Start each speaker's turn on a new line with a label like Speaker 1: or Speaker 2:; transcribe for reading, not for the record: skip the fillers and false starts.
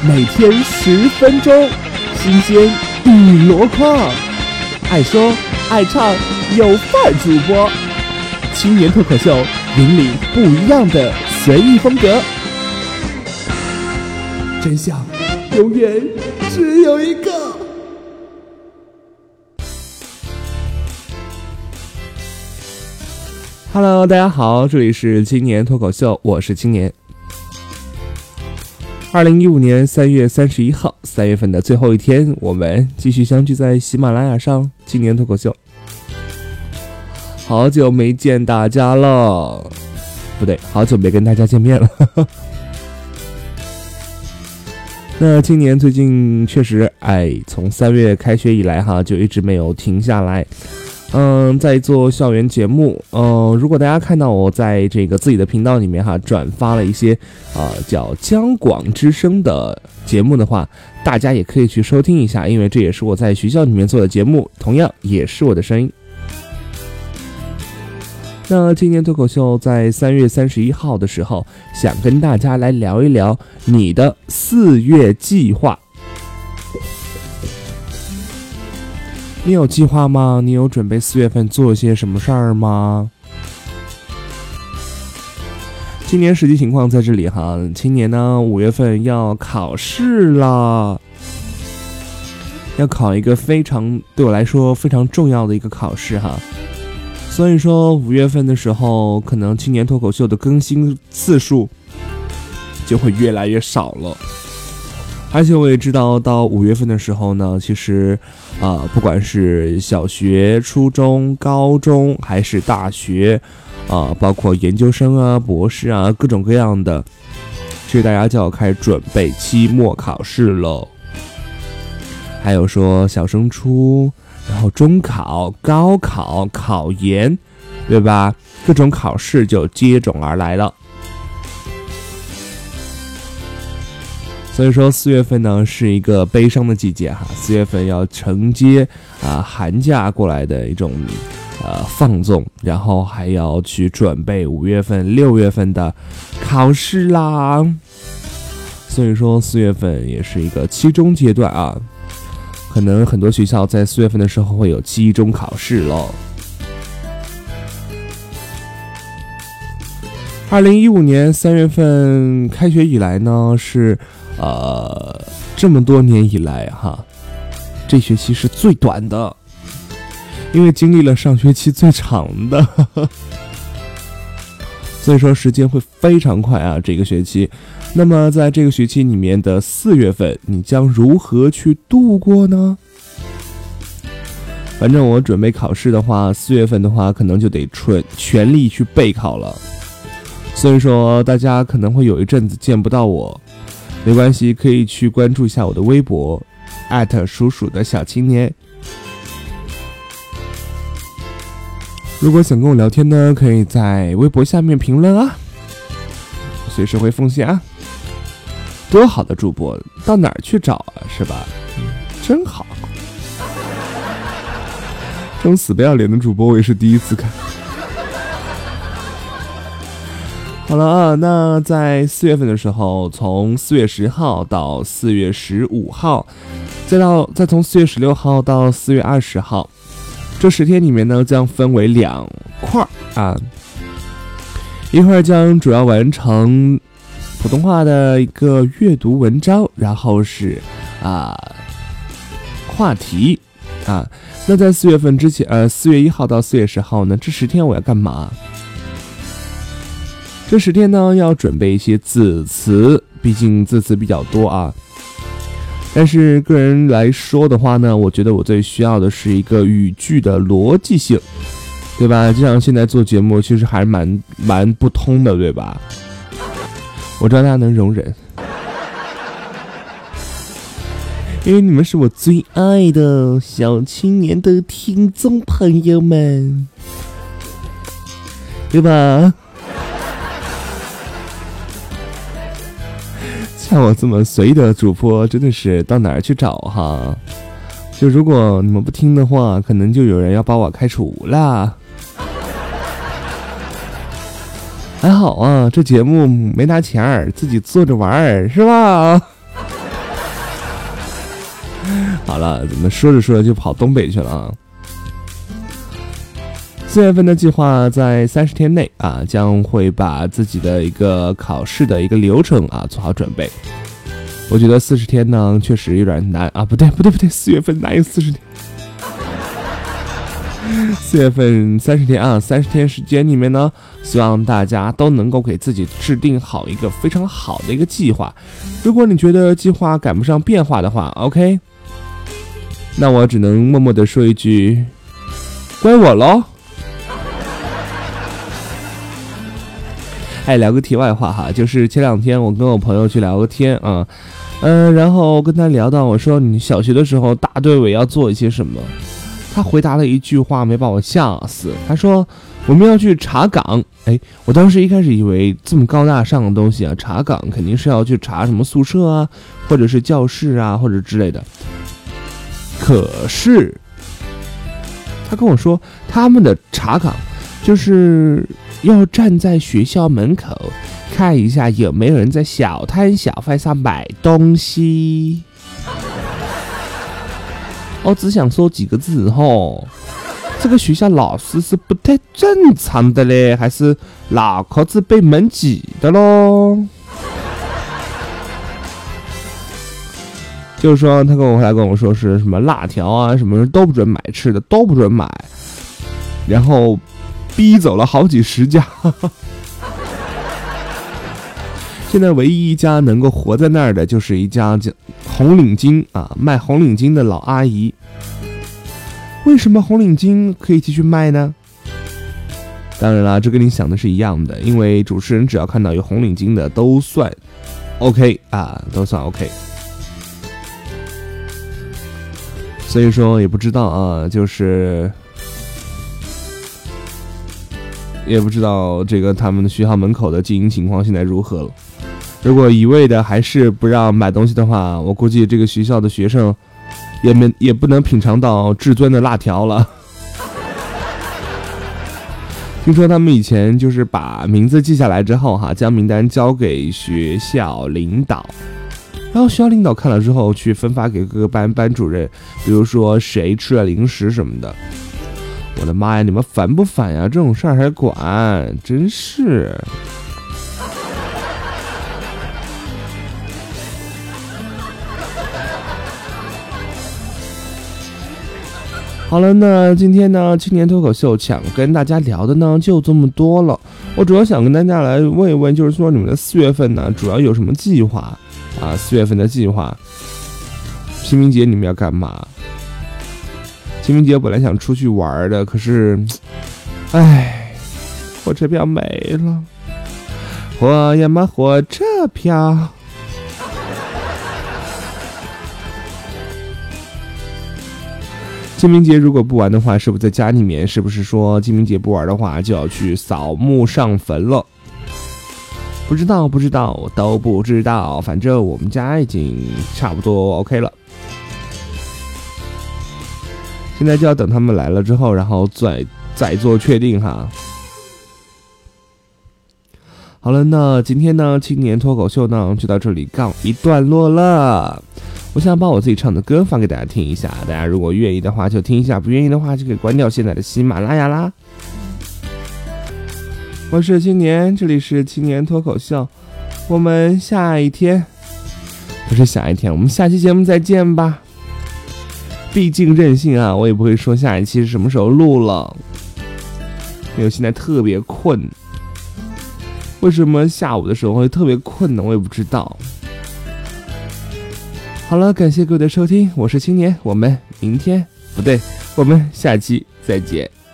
Speaker 1: 每天10分钟，新鲜一箩筐，爱说爱唱有范儿主播，青年脱口秀，引领不一样的随意风格，真相永远只有一个。Hello， 大家好，这里是青年脱口秀，我是青年。2015年3月31号，3月份的最后一天，我们继续相聚在喜马拉雅上，青年脱口秀。好久没见大家了，不对，好久没跟大家见面了。那今年最近确实，从3月开学以来哈，就一直没有停下来。在做校园节目。如果大家看到我在这个自己的频道里面哈转发了一些叫江广之声的节目的话，大家也可以去收听一下，因为这也是我在学校里面做的节目，同样也是我的声音。那今年脱口秀在3月31号的时候，想跟大家来聊一聊你的4月计划。你有计划吗？你有准备4月份做些什么事儿吗？今年实际情况在这里哈，今年呢5月份要考试了，要考一个对我来说非常重要的一个考试哈，所以说5月份的时候，可能青年脱口秀的更新次数就会越来越少了。而且我也知道，到5月份的时候呢，其实不管是小学、初中、高中还是大学包括研究生啊、博士啊，各种各样的，其实大家就要开始准备期末考试了。还有说小升初，然后中考、高考、考研，对吧？各种考试就接踵而来了。所以说4月份呢是一个悲伤的季节哈，4月份要承接寒假过来的一种放纵，然后还要去准备5月份、6月份的考试啦。所以说4月份也是一个期中阶段啊，可能很多学校在4月份的时候会有期中考试咯。2015年3月份开学以来呢，是这么多年以来哈，这学期是最短的，因为经历了上学期最长的，所以说时间会非常快啊，这个学期。那么在这个学期里面的4月份，你将如何去度过呢？反正我准备考试的话，4月份的话可能就得全力去备考了，所以说大家可能会有一阵子见不到我，没关系，可以去关注一下我的微博叔叔的小青年。如果想跟我聊天呢，可以在微博下面评论啊，随时会奉献啊。多好的主播，到哪儿去找啊，是吧？真好。这种死不要脸的主播我也是第一次看。好了啊，那在4月份的时候，从4月10号到4月15号，再从4月16号到4月20号，这10天里面呢，将分为2块啊，一块将主要完成普通话的一个阅读文章，然后是话题啊。那在4月份之前，4月1号到4月10号呢，这10天我要干嘛？这10天呢，要准备一些字词，毕竟字词比较多啊。但是个人来说的话呢，我觉得我最需要的是一个语句的逻辑性，对吧？就像现在做节目，其实还是蛮不通的，对吧？我知道大家能容忍，因为你们是我最爱的小青年的听众朋友们，对吧？像我这么随意的主播，真的是到哪儿去找哈？就如果你们不听的话，可能就有人要把我开除啦。还好啊，这节目没拿钱儿，自己做着玩儿，是吧？ 好了，怎么说着说着就跑东北去了啊？4月份的计划在30天内啊，将会把自己的一个考试的一个流程啊做好准备。我觉得40天呢确实有点难啊，不对，4月份哪有40天？4月份30天啊，30天时间里面呢，希望大家都能够给自己制定好一个非常好的一个计划。如果你觉得计划赶不上变化的话 ，OK， 那我只能默默地说一句，怪我咯。哎，聊个题外话哈，就是前2天我跟我朋友去聊个天啊，然后跟他聊到我说你小学的时候大队委要做一些什么，他回答了一句话没把我吓死，他说我们要去查岗。哎，我当时一开始以为这么高大上的东西啊，查岗肯定是要去查什么宿舍啊，或者是教室啊，或者之类的。可是他跟我说他们的查岗就是要站在学校门口看一下有没有人在小摊小贩上买东西。我只想说几个字吼，这个学校老师是不太正常的嘞，还是脑壳子被门挤的咯？就是说他后来跟我说是什么辣条啊什么都不准买，吃的都不准买，然后逼走了好几十家。现在唯一一家能够活在那儿的就是一家红领巾啊，卖红领巾的老阿姨。为什么红领巾可以继续卖呢？当然啦，这跟你想的是一样的，因为主持人只要看到有红领巾的都算 OK 啊，都算 OK。所以说也不知道啊，就是也不知道这个他们的学校门口的经营情况现在如何了。如果一味的还是不让买东西的话，我估计这个学校的学生也不能品尝到至尊的辣条了。听说他们以前就是把名字记下来之后将名单交给学校领导，然后学校领导看了之后去分发给各个班主任，比如说谁吃了零食什么的。我的妈呀，你们烦不烦呀？这种事儿还管，真是。好了，那今天呢青年脱口秀想跟大家聊的呢就这么多了。我主要想跟大家来问一问，就是说你们的4月份呢主要有什么计划啊？4月份的计划，清明节你们要干嘛？清明节本来想出去玩的，可是火车票没了，我要买火车票。清明节如果不玩的话，是不是在家里面？是不是说清明节不玩的话，就要去扫墓上坟了？不知道，都不知道。反正我们家已经差不多 OK 了，现在就要等他们来了之后，然后再做确定哈。好了，那今天呢，青年脱口秀呢就到这里告一段落了。我想把我自己唱的歌放给大家听一下，大家如果愿意的话就听一下，不愿意的话就可以关掉现在的喜马拉雅啦。我是青年，这里是青年脱口秀，我们下一天，不是下一天，我们下期节目再见吧。毕竟任性啊，我也不会说下一期是什么时候录了，因为我现在特别困。为什么下午的时候会特别困呢？我也不知道。好了，感谢各位的收听，我是青年，我们明天不对，我们下期再见。